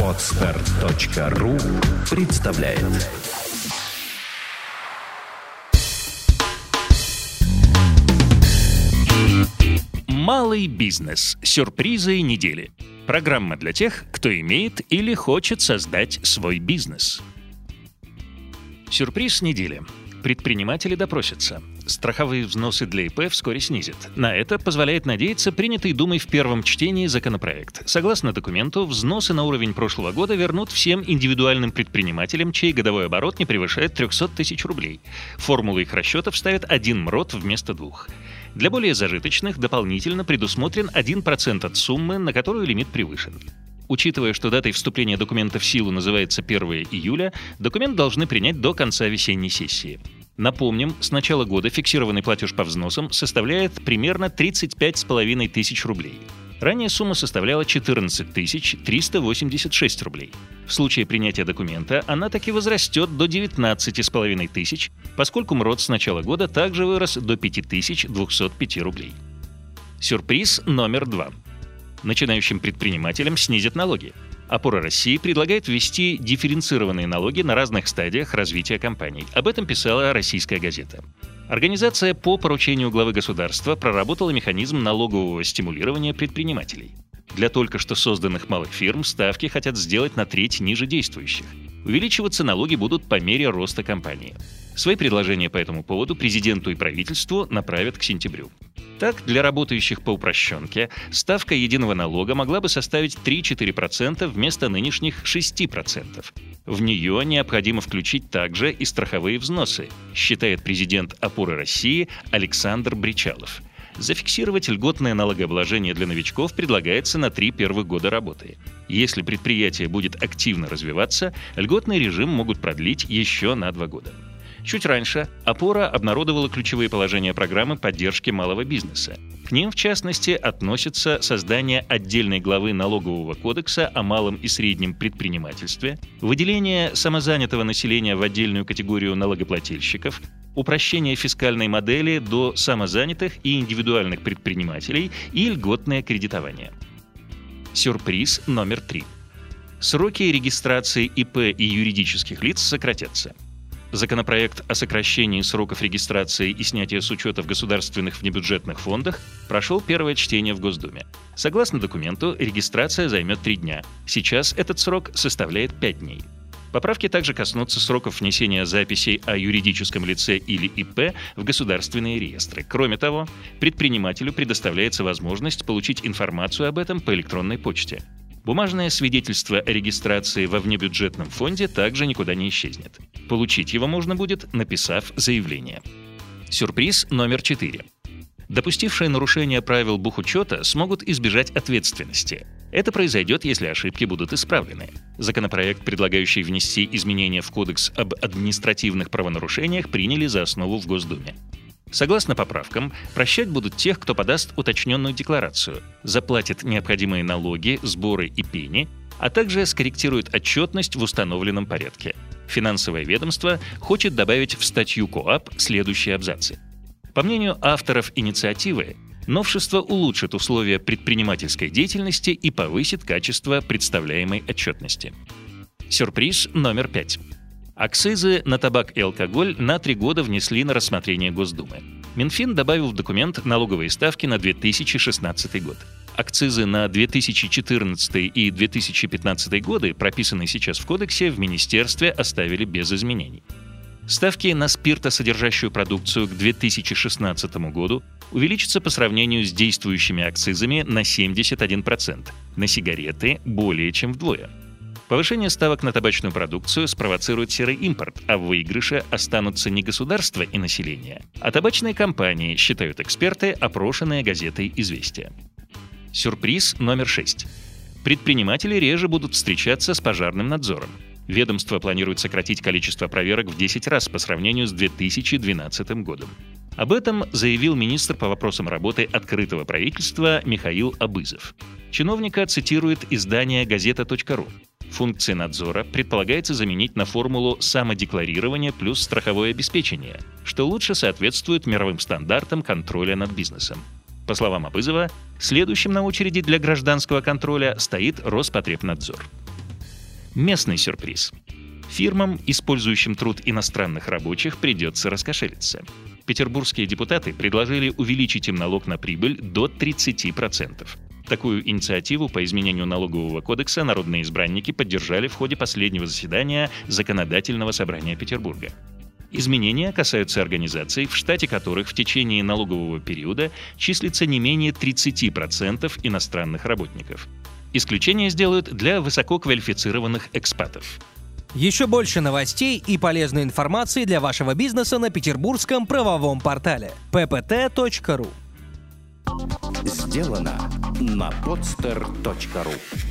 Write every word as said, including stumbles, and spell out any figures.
Отстар точка ру представляет. Малый бизнес. Сюрпризы недели. Программа для тех, кто имеет или хочет создать свой бизнес. Сюрприз недели. Предприниматели допросятся. Страховые взносы для ИП вскоре снизят. На это позволяет надеяться принятый Думой в первом чтении законопроект. Согласно документу, взносы на уровень прошлого года вернут всем индивидуальным предпринимателям, чей годовой оборот не превышает триста тысяч рублей. Формулу их расчетов ставят один МРОТ вместо двух. Для более зажиточных дополнительно предусмотрен один процент от суммы, на которую лимит превышен. Учитывая, что датой вступления документа в силу называется первого июля, документ должны принять до конца весенней сессии. Напомним, с начала года фиксированный платеж по взносам составляет примерно тридцать пять с половиной тысяч рублей. Ранее сумма составляла четырнадцать тысяч триста восемьдесят шесть рублей. В случае принятия документа она таки возрастет до девятнадцать с половиной тысяч, поскольку МРОТ с начала года также вырос до пять тысяч двести пять рублей. Сюрприз номер два. Начинающим предпринимателям снизят налоги. Опора России предлагает ввести дифференцированные налоги на разных стадиях развития компаний. Об этом писала «Российская газета». Организация по поручению главы государства проработала механизм налогового стимулирования предпринимателей. Для только что созданных малых фирм ставки хотят сделать на треть ниже действующих. Увеличиваться налоги будут по мере роста компании. Свои предложения по этому поводу президенту и правительству направят к сентябрю. Так, для работающих по упрощенке ставка единого налога могла бы составить три-четыре процента вместо нынешних шести процентов. В нее необходимо включить также и страховые взносы, считает президент «Опоры России» Александр Бричалов. Зафиксировать льготное налогообложение для новичков предлагается на три первых года работы. Если предприятие будет активно развиваться, льготный режим могут продлить еще на два года. Чуть раньше «Опора» обнародовала ключевые положения программы поддержки малого бизнеса. К ним, в частности, относятся создание отдельной главы Налогового кодекса о малом и среднем предпринимательстве, выделение самозанятого населения в отдельную категорию налогоплательщиков, упрощение фискальной модели до самозанятых и индивидуальных предпринимателей и льготное кредитование. Сюрприз номер три. Сроки регистрации ИП и юридических лиц сократятся. Законопроект о сокращении сроков регистрации и снятия с учета в государственных внебюджетных фондах прошел первое чтение в Госдуме. Согласно документу, регистрация займет три дня. Сейчас этот срок составляет пять дней. Поправки также коснутся сроков внесения записей о юридическом лице или ИП в государственные реестры. Кроме того, предпринимателю предоставляется возможность получить информацию об этом по электронной почте. Бумажное свидетельство о регистрации во внебюджетном фонде также никуда не исчезнет. Получить его можно будет, написав заявление. Сюрприз номер четыре. Допустившие нарушение правил бухучета смогут избежать ответственности. Это произойдет, если ошибки будут исправлены. Законопроект, предлагающий внести изменения в Кодекс об административных правонарушениях, приняли за основу в Госдуме. Согласно поправкам, прощать будут тех, кто подаст уточненную декларацию, заплатит необходимые налоги, сборы и пени, а также скорректирует отчетность в установленном порядке. Финансовое ведомство хочет добавить в статью КоАП следующие абзацы. По мнению авторов инициативы, новшество улучшит условия предпринимательской деятельности и повысит качество представляемой отчетности. Сюрприз номер пять. Акцизы на табак и алкоголь на три года внесли на рассмотрение Госдумы. Минфин добавил в документ налоговые ставки на две тысячи шестнадцатый год. Акцизы на две тысячи четырнадцатый и две тысячи пятнадцатый годы, прописанные сейчас в Кодексе, в Министерстве оставили без изменений. Ставки на спиртосодержащую продукцию к две тысячи шестнадцатому году увеличатся по сравнению с действующими акцизами на семьдесят один процент, на сигареты более чем вдвое. Повышение ставок на табачную продукцию спровоцирует серый импорт, а в выигрыше останутся не государство и население, а табачные компании, считают эксперты, опрошенные газетой «Известия». Сюрприз номер шесть. Предприниматели реже будут встречаться с пожарным надзором. Ведомство планирует сократить количество проверок в десять раз по сравнению с две тысячи двенадцатым годом. Об этом заявил министр по вопросам работы открытого правительства Михаил Абызов. Чиновника цитирует издание газета точка ру. Функции надзора предполагается заменить на формулу самодекларирования плюс страховое обеспечение, что лучше соответствует мировым стандартам контроля над бизнесом. По словам Абызова, следующим на очереди для гражданского контроля стоит Роспотребнадзор. Местный сюрприз. Фирмам, использующим труд иностранных рабочих, придется раскошелиться. Петербургские депутаты предложили увеличить им налог на прибыль до тридцати процентов. Такую инициативу по изменению налогового кодекса народные избранники поддержали в ходе последнего заседания Законодательного собрания Петербурга. Изменения касаются организаций, в штате которых в течение налогового периода числится не менее тридцати процентов иностранных работников. Исключение сделают для высококвалифицированных экспатов. Еще больше новостей и полезной информации для вашего бизнеса на петербургском правовом портале пэ пэ тэ точка ру. Сделано на подстер точка ру.